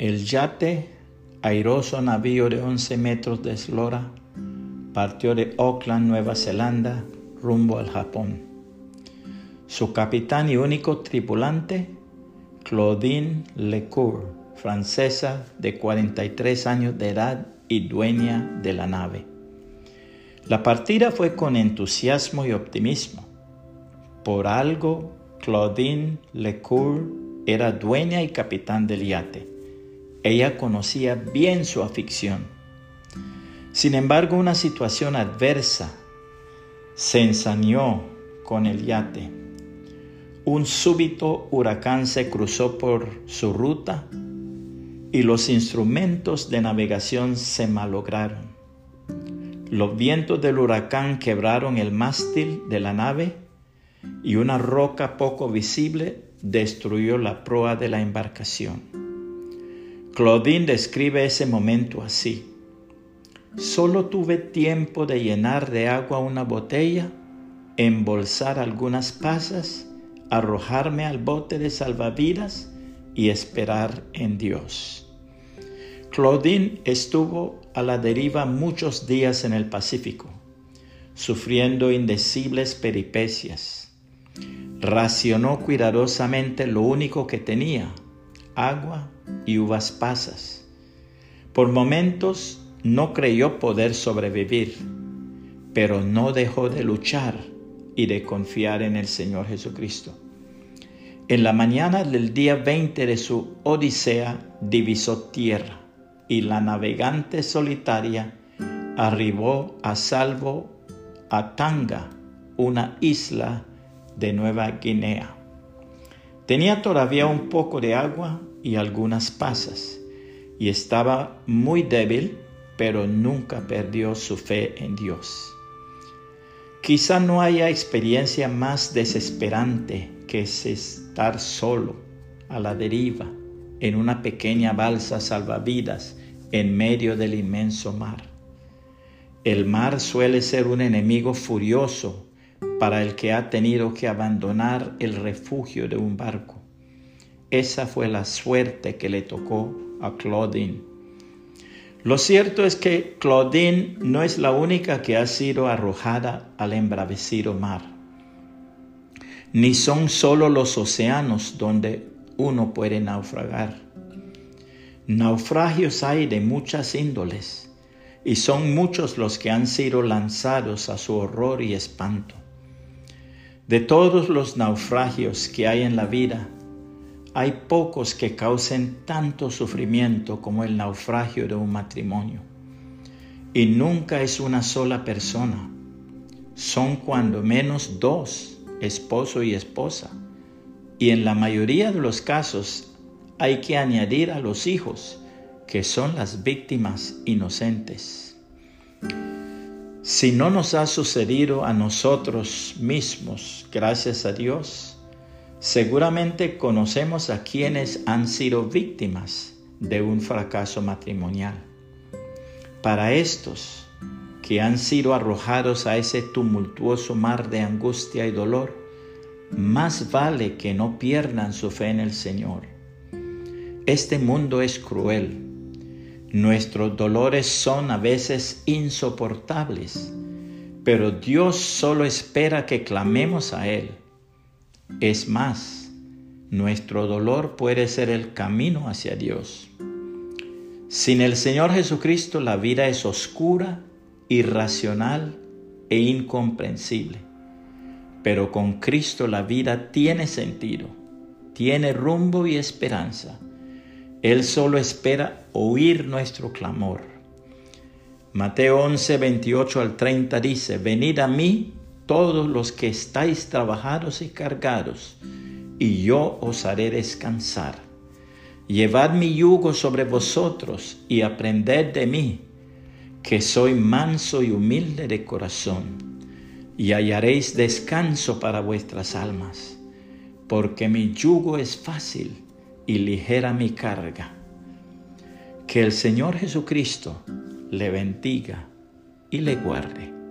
El yate, airoso navío de 11 metros de eslora, partió de Auckland, Nueva Zelanda, rumbo al Japón. Su capitán y único tripulante, Claudine Lecour, francesa de 43 años de edad y dueña de la nave. La partida fue con entusiasmo y optimismo. Por algo, Claudine Lecour era dueña y capitán del yate. Ella conocía bien su afición. Sin embargo, una situación adversa se ensañó con el yate. Un súbito huracán se cruzó por su ruta y los instrumentos de navegación se malograron. Los vientos del huracán quebraron el mástil de la nave y una roca poco visible destruyó la proa de la embarcación. Claudine describe ese momento así: solo tuve tiempo de llenar de agua una botella, embolsar algunas pasas, arrojarme al bote de salvavidas y esperar en Dios. Claudine estuvo a la deriva muchos días en el Pacífico, sufriendo indecibles peripecias. Racionó cuidadosamente lo único que tenía, agua y uvas pasas. Por momentos no creyó poder sobrevivir, pero no dejó de luchar y de confiar en el Señor Jesucristo. En la mañana del día 20 de su odisea divisó tierra y la navegante solitaria arribó a salvo a Tanga, una isla de Nueva Guinea. Tenía todavía un poco de agua y algunas pasas y estaba muy débil, pero nunca perdió su fe en Dios. Quizá no haya experiencia más desesperante que estar solo, a la deriva, en una pequeña balsa salvavidas en medio del inmenso mar. El mar suele ser un enemigo furioso para el que ha tenido que abandonar el refugio de un barco. Esa fue la suerte que le tocó a Claudine. Lo cierto es que Claudine no es la única que ha sido arrojada al embravecido mar. Ni son solo los océanos donde uno puede naufragar. Naufragios hay de muchas índoles, y son muchos los que han sido lanzados a su horror y espanto. De todos los naufragios que hay en la vida, hay pocos que causen tanto sufrimiento como el naufragio de un matrimonio. Y nunca es una sola persona. Son cuando menos dos, esposo y esposa. Y en la mayoría de los casos hay que añadir a los hijos, que son las víctimas inocentes. Si no nos ha sucedido a nosotros mismos, gracias a Dios, seguramente conocemos a quienes han sido víctimas de un fracaso matrimonial. Para estos que han sido arrojados a ese tumultuoso mar de angustia y dolor, más vale que no pierdan su fe en el Señor. Este mundo es cruel. Nuestros dolores son a veces insoportables, pero Dios solo espera que clamemos a Él. Es más, nuestro dolor puede ser el camino hacia Dios. Sin el Señor Jesucristo la vida es oscura, irracional e incomprensible. Pero con Cristo la vida tiene sentido, tiene rumbo y esperanza. Él solo espera oír nuestro clamor. Mateo 11, 28 al 30 dice: Venid a mí todos los que estáis trabajados y cargados, y yo os haré descansar. Llevad mi yugo sobre vosotros y aprended de mí, que soy manso y humilde de corazón, y hallaréis descanso para vuestras almas, porque mi yugo es fácil y ligera mi carga. Que el Señor Jesucristo le bendiga y le guarde.